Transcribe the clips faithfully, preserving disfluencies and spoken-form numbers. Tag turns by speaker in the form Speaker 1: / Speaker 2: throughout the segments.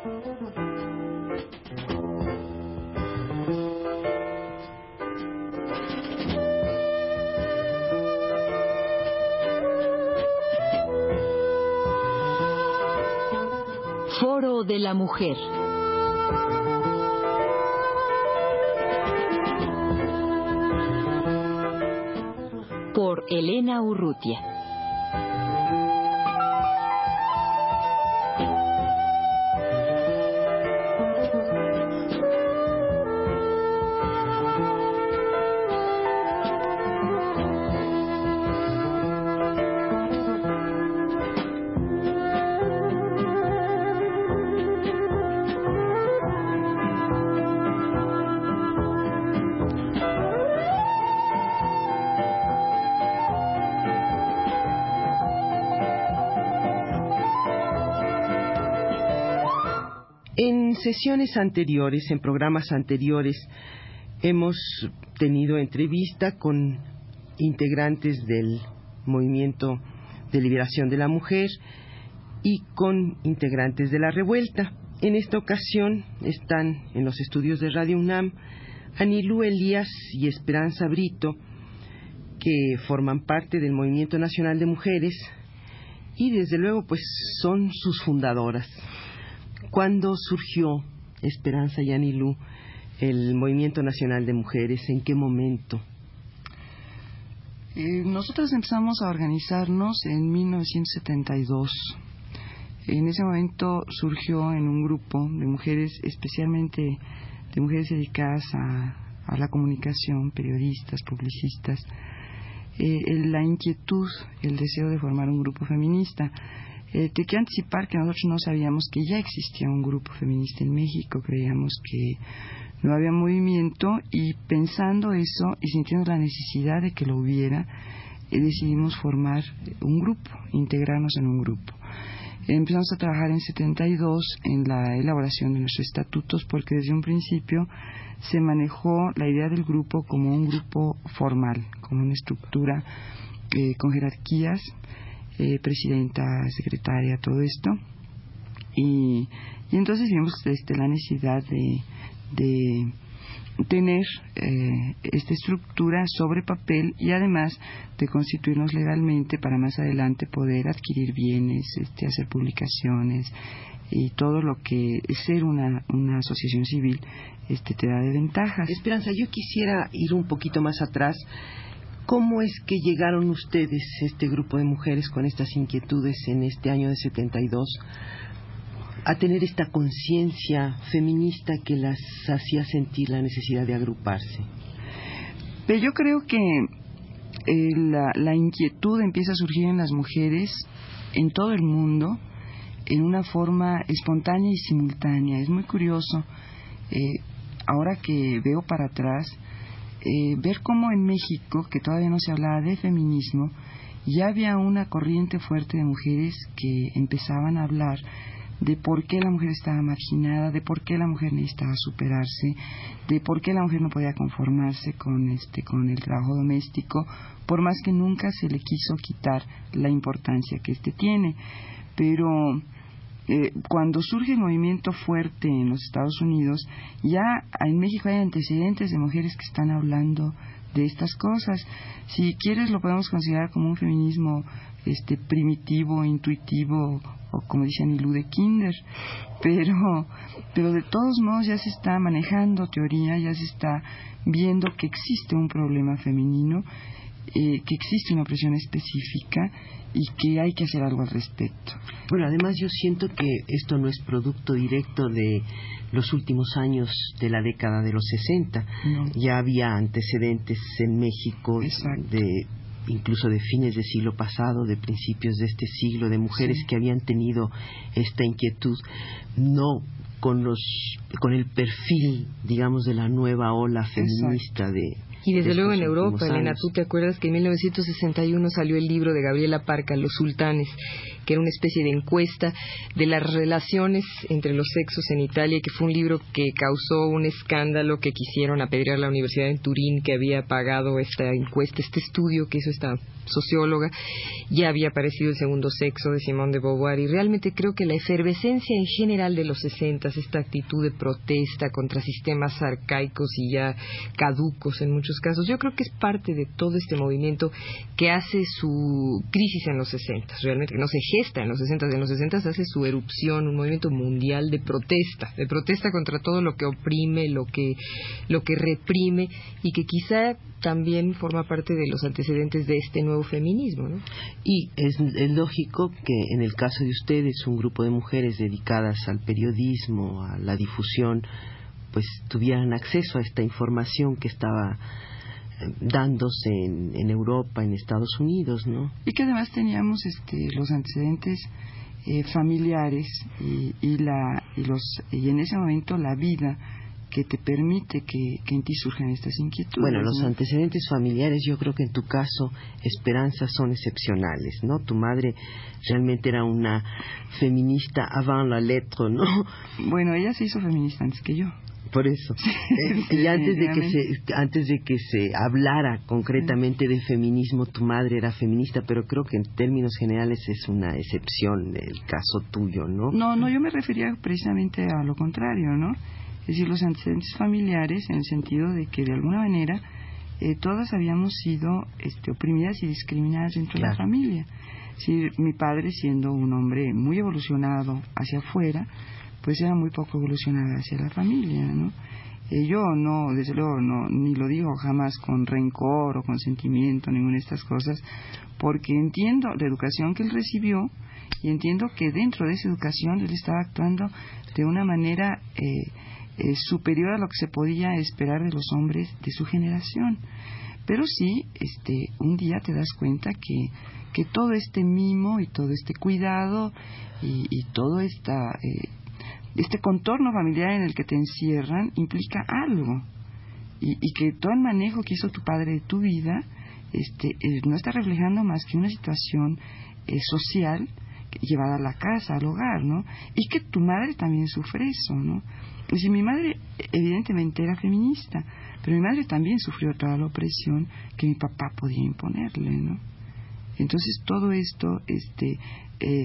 Speaker 1: Foro de la Mujer. Por Elena Urrutia.
Speaker 2: En sesiones anteriores, en programas anteriores, hemos tenido entrevista con integrantes del Movimiento de Liberación de la Mujer y con integrantes de la Revuelta. En esta ocasión están en los estudios de Radio UNAM Anilú Elías y Esperanza Brito, que forman parte del Movimiento Nacional de Mujeres y desde luego pues son sus fundadoras. ¿Cuándo surgió, Esperanza y Anilú, el Movimiento Nacional de Mujeres? ¿En qué momento?
Speaker 3: Eh, nosotros empezamos a organizarnos en mil novecientos setenta y dos. En ese momento surgió en un grupo de mujeres, especialmente de mujeres dedicadas a, a la comunicación, periodistas, publicistas, eh, la inquietud, el deseo de formar un grupo feminista. Eh, te quiero anticipar que nosotros no sabíamos que ya existía un grupo feminista en México, creíamos que no había movimiento, y pensando eso y sintiendo la necesidad de que lo hubiera, eh, decidimos formar un grupo, integrarnos en un grupo. Eh, empezamos a trabajar en setenta y dos en la elaboración de nuestros estatutos, porque desde un principio se manejó la idea del grupo como un grupo formal, como una estructura eh, con jerarquías, Eh, presidenta, secretaria, todo esto, y, y entonces vimos este, la necesidad de, de tener eh, esta estructura sobre papel y además de constituirnos legalmente para más adelante poder adquirir bienes, este, hacer publicaciones y todo lo que ser una, una asociación civil este, te da de ventajas.
Speaker 2: Esperanza, yo quisiera ir un poquito más atrás. ¿Cómo es que llegaron ustedes, este grupo de mujeres con estas inquietudes en este año de setenta y dos, a tener esta conciencia feminista que las hacía sentir la necesidad de agruparse?
Speaker 3: Pero yo creo que eh, la, la inquietud empieza a surgir en las mujeres en todo el mundo en una forma espontánea y simultánea. Es muy curioso, eh, ahora que veo para atrás, Eh, ver cómo en México, que todavía no se hablaba de feminismo, ya había una corriente fuerte de mujeres que empezaban a hablar de por qué la mujer estaba marginada, de por qué la mujer necesitaba superarse, de por qué la mujer no podía conformarse con este con el trabajo doméstico, por más que nunca se le quiso quitar la importancia que este tiene. Pero Eh, cuando surge el movimiento fuerte en los Estados Unidos, ya en México hay antecedentes de mujeres que están hablando de estas cosas. Si quieres lo podemos considerar como un feminismo este primitivo, intuitivo, o como dice Anilú, de kinder, pero, pero de todos modos ya se está manejando teoría, ya se está viendo que existe un problema femenino, eh, que existe una opresión específica y que hay que hacer algo al respecto.
Speaker 2: Bueno, además yo siento que esto no es producto directo de los últimos años de la década de los sesenta.
Speaker 3: No.
Speaker 2: Ya había antecedentes en México.
Speaker 3: Exacto.
Speaker 2: de incluso de fines del siglo pasado, de principios de este siglo, de mujeres
Speaker 3: sí.
Speaker 2: que habían tenido esta inquietud, no con los con el perfil, digamos, de la nueva ola feminista. Exacto. de
Speaker 1: Y desde
Speaker 2: de
Speaker 1: luego en Europa,
Speaker 2: años.
Speaker 1: Elena, tú te acuerdas que en mil novecientos sesenta y uno salió el libro de Gabriela Parca, Los Sultanes,
Speaker 4: que era una especie de encuesta de las relaciones entre los sexos en Italia, que fue un libro que causó un escándalo, que quisieron apedrear a la Universidad en Turín, que había pagado esta encuesta, este estudio que hizo esta socióloga. Ya había aparecido El segundo sexo de Simone de Beauvoir, y realmente creo que la efervescencia en general de los sesentas, esta actitud de protesta contra sistemas arcaicos y ya caducos en muchos casos, yo creo que es parte de todo este movimiento que hace su crisis en los sesentas, realmente, que no se gesta en los sesentas, en los sesentas hace su erupción, un movimiento mundial de protesta, de protesta contra todo lo que oprime, lo que, lo que reprime, y que quizá también forma parte de los antecedentes de este nuevo feminismo, ¿no?
Speaker 2: Y es, es lógico que en el caso de ustedes, un grupo de mujeres dedicadas al periodismo, a la difusión, pues tuvieran acceso a esta información que estaba eh, dándose en, en Europa, en Estados Unidos, ¿no?
Speaker 3: Y que además teníamos este, los antecedentes eh, familiares y, y, la, y, los, y en ese momento la vida que te permite que, que en ti surjan estas inquietudes.
Speaker 2: Bueno, los
Speaker 3: ¿no?
Speaker 2: antecedentes familiares, yo creo que en tu caso, Esperanza, son excepcionales, ¿no? Tu madre realmente era una feminista avant la lettre, ¿no?
Speaker 3: Bueno, ella se hizo feminista antes que yo.
Speaker 2: Por eso. Sí, y antes de que se antes de que se hablara concretamente de feminismo, tu madre era feminista, pero creo que en términos generales es una excepción el caso tuyo, ¿no?
Speaker 3: No, no, yo me refería precisamente a lo contrario, ¿no? Es decir, los antecedentes familiares, en el sentido de que de alguna manera eh, todas habíamos sido este, oprimidas y discriminadas dentro claro. de la familia. Sí, mi padre, siendo un hombre muy evolucionado hacia afuera, pues era muy poco evolucionada hacia la familia, ¿no? Eh, yo no, desde luego, no, ni lo digo jamás con rencor o con sentimiento, ninguna de estas cosas, porque entiendo la educación que él recibió y entiendo que dentro de esa educación él estaba actuando de una manera eh, eh, superior a lo que se podía esperar de los hombres de su generación. Pero sí, este, un día te das cuenta que, que todo este mimo y todo este cuidado y, y todo esta, eh, este contorno familiar en el que te encierran implica algo. Y, y que todo el manejo que hizo tu padre de tu vida este, eh, no está reflejando más que una situación eh, social llevada a la casa, al hogar, ¿no? Y que tu madre también sufre eso, ¿no? Es decir, mi madre evidentemente era feminista, pero mi madre también sufrió toda la opresión que mi papá podía imponerle, ¿no? Entonces todo esto, este, eh,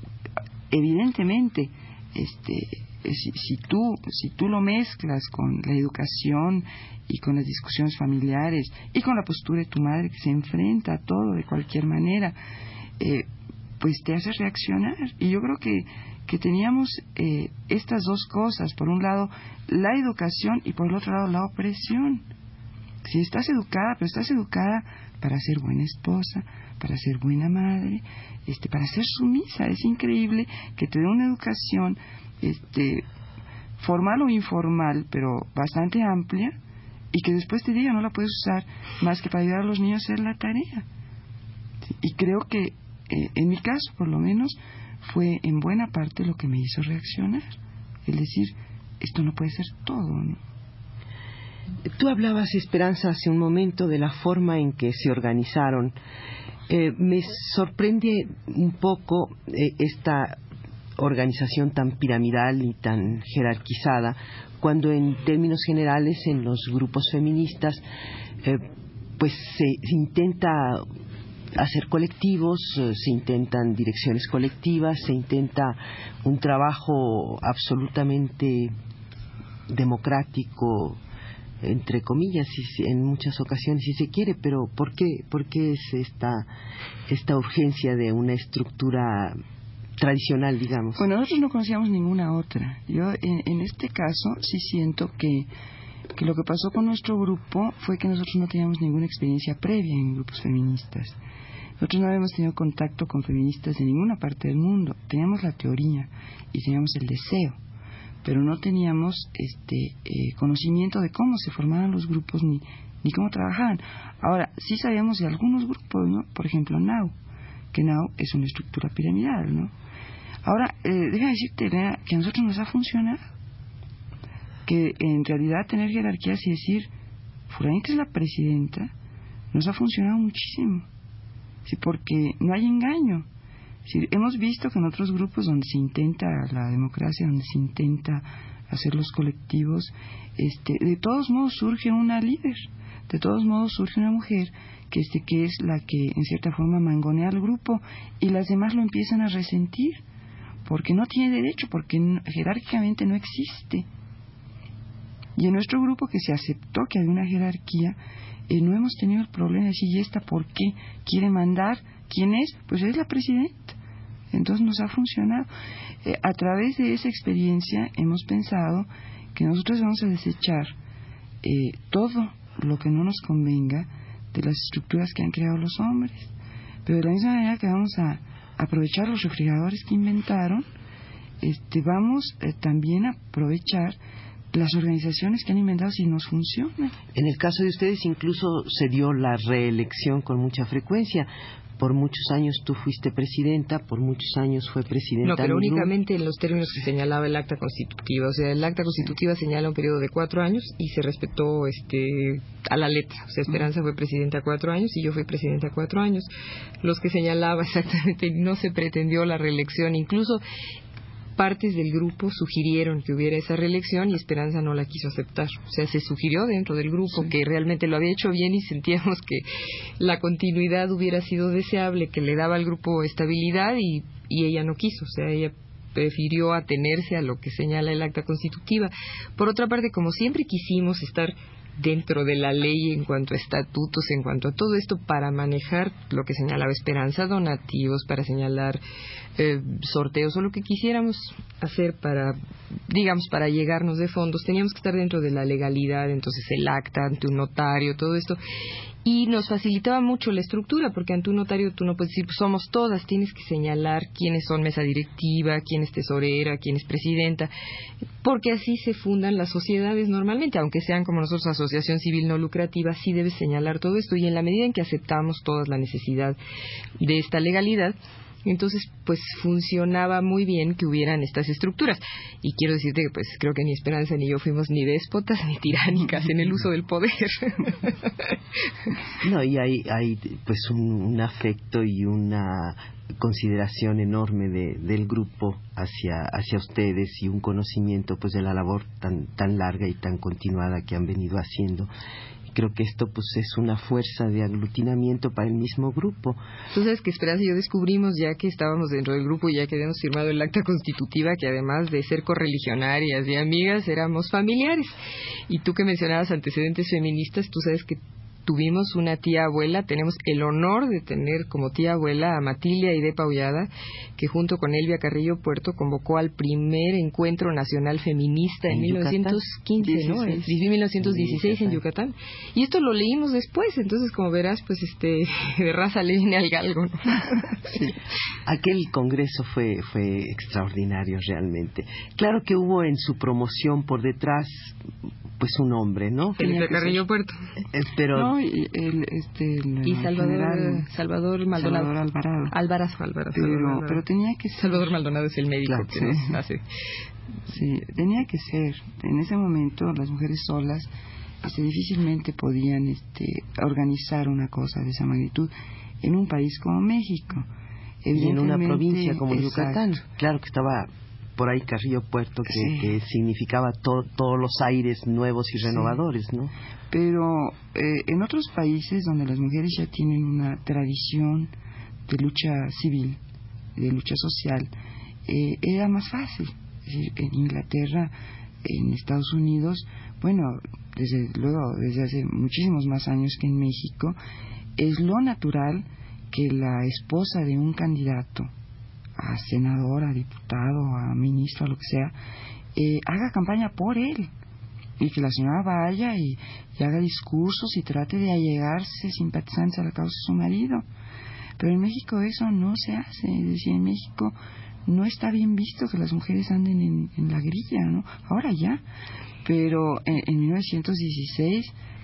Speaker 3: evidentemente, este, si, si tú, si tú lo mezclas con la educación y con las discusiones familiares y con la postura de tu madre que se enfrenta a todo de cualquier manera, eh, pues te hace reaccionar. Y yo creo que, que teníamos eh, estas dos cosas, por un lado la educación y por el otro lado la opresión. Si estás educada, pero estás educada para ser buena esposa, para ser buena madre, este, para ser sumisa. Es increíble que te dé una educación este, formal o informal, pero bastante amplia, y que después te diga no la puedes usar más que para ayudar a los niños a hacer la tarea. ¿Sí? Y creo que Eh, en mi caso, por lo menos, fue en buena parte lo que me hizo reaccionar. Es decir, esto no puede ser todo, ¿no?
Speaker 2: Tú hablabas, Esperanza, hace un momento de la forma en que se organizaron. Eh, me sorprende un poco eh, esta organización tan piramidal y tan jerarquizada, cuando en términos generales en los grupos feministas eh, pues se intenta hacer colectivos, se intentan direcciones colectivas, se intenta un trabajo absolutamente democrático, entre comillas, en muchas ocasiones si se quiere, pero ¿por qué, por qué es esta, esta urgencia de una estructura tradicional, digamos?
Speaker 3: Bueno, nosotros no conocíamos ninguna otra. Yo en, en este caso sí siento que, que lo que pasó con nuestro grupo fue que nosotros no teníamos ninguna experiencia previa en grupos feministas. Nosotros no habíamos tenido contacto con feministas de ninguna parte del mundo. Teníamos la teoría y teníamos el deseo, pero no teníamos este eh, conocimiento de cómo se formaban los grupos ni, ni cómo trabajaban. Ahora, sí sabíamos de algunos grupos, ¿no? Por ejemplo, N A U, que N A U es una estructura piramidal, ¿no? Ahora, eh, déjame decirte, Elena, que a nosotros nos ha funcionado. Que en realidad tener jerarquías y decir, fulanita es la presidenta, nos ha funcionado muchísimo. Sí, porque no hay engaño. Sí, hemos visto que en otros grupos donde se intenta la democracia, donde se intenta hacer los colectivos, este, de todos modos surge una líder, de todos modos surge una mujer que, este, que es la que en cierta forma mangonea al grupo y las demás lo empiezan a resentir porque no tiene derecho, porque no, jerárquicamente no existe. Y en nuestro grupo, que se aceptó que había una jerarquía, eh, no hemos tenido el problema de decir, ¿y esta por qué quiere mandar? ¿Quién es? Pues es la presidenta. Entonces nos ha funcionado. Eh, a través de esa experiencia hemos pensado que nosotros vamos a desechar eh, todo lo que no nos convenga de las estructuras que han creado los hombres. Pero de la misma manera que vamos a aprovechar los refrigeradores que inventaron, este, vamos eh, también a aprovechar las organizaciones que han inventado si nos funcionan.
Speaker 2: En el caso de ustedes incluso se dio la reelección con mucha frecuencia. Por muchos años tú fuiste presidenta, por muchos años fue presidenta.
Speaker 4: No, pero
Speaker 2: Milú.
Speaker 4: únicamente en los términos que señalaba el acta constitutiva. O sea, el acta constitutiva señala un periodo de cuatro años y se respetó este a la letra. O sea, Esperanza fue presidenta cuatro años y yo fui presidenta cuatro años. Los que señalaba exactamente, no se pretendió la reelección. Incluso partes del grupo sugirieron que hubiera esa reelección y Esperanza no la quiso aceptar. O sea, se sugirió dentro del grupo sí. que realmente lo había hecho bien y sentíamos que la continuidad hubiera sido deseable, que le daba al grupo estabilidad y, y ella no quiso. O sea, ella prefirió atenerse a lo que señala el acta constitutiva. Por otra parte, como siempre quisimos estar dentro de la ley en cuanto a estatutos, en cuanto a todo esto, para manejar lo que señalaba Esperanza, donativos, para señalar eh, sorteos o lo que quisiéramos hacer para, digamos, para llegarnos de fondos, teníamos que estar dentro de la legalidad, entonces el acta ante un notario, todo esto, y nos facilitaba mucho la estructura, porque ante un notario tú no puedes decir, pues somos todas, tienes que señalar quiénes son mesa directiva, quién es tesorera, quién es presidenta, porque así se fundan las sociedades normalmente, aunque sean como nosotros asociación civil no lucrativa, sí debes señalar todo esto, y en la medida en que aceptamos todas la necesidad de esta legalidad, entonces pues funcionaba muy bien que hubieran estas estructuras. Y quiero decirte que pues creo que ni Esperanza ni yo fuimos ni déspotas ni tiránicas en el uso del poder.
Speaker 2: No, y hay, hay pues un, un afecto y una consideración enorme de, del grupo hacia hacia ustedes y un conocimiento pues de la labor tan tan larga y tan continuada que han venido haciendo. Creo que esto pues es una fuerza de aglutinamiento para el mismo grupo.
Speaker 4: Tú sabes que Esperanza y yo descubrimos, ya que estábamos dentro del grupo y ya que habíamos firmado el acta constitutiva, que además de ser correligionarias y amigas, éramos familiares. Y tú que mencionabas antecedentes feministas, tú sabes que tuvimos una tía abuela, tenemos el honor de tener como tía abuela a Matilia Idepa Ullada, que junto con Elvia Carrillo Puerto convocó al primer encuentro nacional feminista en, en mil novecientos quince, ¿no? En mil novecientos dieciséis en Yucatán. Y esto lo leímos después, entonces como verás, pues este de raza le viene al galgo, ¿no?
Speaker 2: Sí. Aquel congreso fue fue extraordinario realmente. Claro que hubo en su promoción por detrás pues un hombre, ¿no?
Speaker 4: Felipe Carrillo Puerto.
Speaker 2: Eh, pero
Speaker 3: no, y, el, este, el,
Speaker 4: y Salvador,
Speaker 3: general,
Speaker 4: Salvador Maldonado.
Speaker 3: Salvador Alvarado.
Speaker 4: Alvarazo, Alvarazo.
Speaker 3: Pero,
Speaker 4: Alvarado.
Speaker 3: pero tenía que ser.
Speaker 4: Salvador Maldonado es el médico
Speaker 3: claro,
Speaker 4: que
Speaker 3: sí.
Speaker 4: nos hace.
Speaker 3: Sí, tenía que ser. En ese momento las mujeres solas este, difícilmente podían este, organizar una cosa de esa magnitud en un país como México.
Speaker 2: Y en una provincia como
Speaker 3: exacto.
Speaker 2: Yucatán. Claro que estaba por ahí Carrillo Puerto, que, sí. que significaba to, todos los aires nuevos y renovadores, sí. ¿no?
Speaker 3: Pero eh, en otros países donde las mujeres ya tienen una tradición de lucha civil, de lucha social, eh, era más fácil. Es decir, en Inglaterra, en Estados Unidos, bueno, desde luego, desde hace muchísimos más años que en México, es lo natural que la esposa de un candidato a senador, a diputado, a ministro, a lo que sea, eh, haga campaña por él, y que la señora vaya y, y haga discursos y trate de allegarse simpatizantes a la causa de su marido. Pero en México eso no se hace, es decir, en México no está bien visto que las mujeres anden en, en la grilla, ¿no? Ahora ya, pero en, en mil novecientos dieciséis,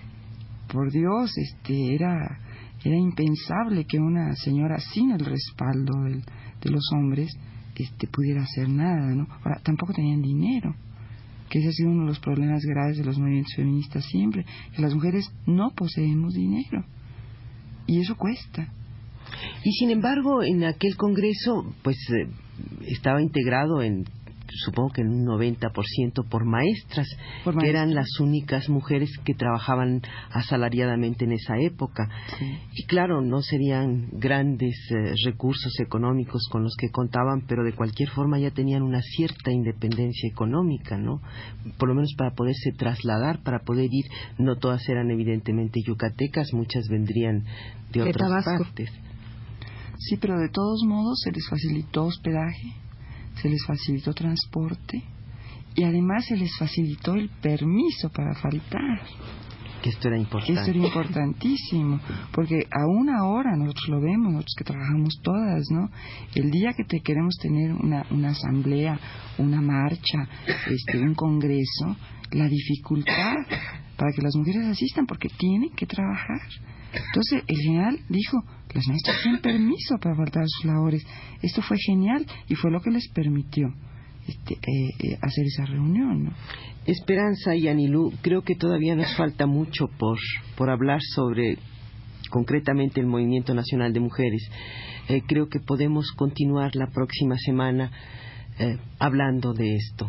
Speaker 3: por Dios, este era era impensable que una señora sin el respaldo del, de los hombres este pudiera hacer nada, ¿no? Ahora, tampoco tenían dinero, que ese ha sido uno de los problemas graves de los movimientos feministas siempre, que las mujeres no poseemos dinero, y eso cuesta.
Speaker 2: Y sin embargo, en aquel congreso, pues eh, estaba integrado en, supongo que en un noventa por ciento por maestras,
Speaker 3: por
Speaker 2: que
Speaker 3: maestras.
Speaker 2: eran las únicas mujeres que trabajaban asalariadamente en esa época.
Speaker 3: Sí.
Speaker 2: Y claro, no serían grandes eh, recursos económicos con los que contaban, pero de cualquier forma ya tenían una cierta independencia económica, ¿no? Por lo menos para poderse trasladar, para poder ir. No todas eran evidentemente yucatecas, muchas vendrían de,
Speaker 4: De
Speaker 2: otras
Speaker 4: Tabasco.
Speaker 2: partes.
Speaker 3: Sí, pero de todos modos se les facilitó hospedaje, se les facilitó transporte y además se les facilitó el permiso para faltar.
Speaker 2: Que esto era importante.
Speaker 3: Esto era importantísimo, porque aún ahora nosotros lo vemos, nosotros que trabajamos todas, ¿no? El día que te queremos tener una, una asamblea, una marcha, este, un congreso, la dificultad para que las mujeres asistan, porque tienen que trabajar. Entonces el general dijo, las maestras tienen permiso para faltar a sus labores. Esto fue genial y fue lo que les permitió este, eh, eh, hacer esa reunión, ¿no?
Speaker 2: Esperanza y Anilú, creo que todavía nos falta mucho por, por hablar sobre concretamente el Movimiento Nacional de Mujeres. Eh, creo que podemos continuar la próxima semana eh, hablando de esto.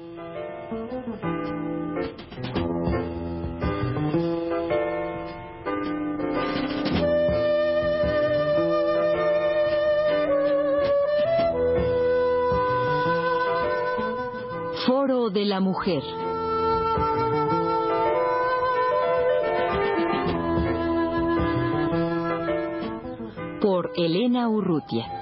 Speaker 1: Foro de la Mujer. Por Elena Urrutia.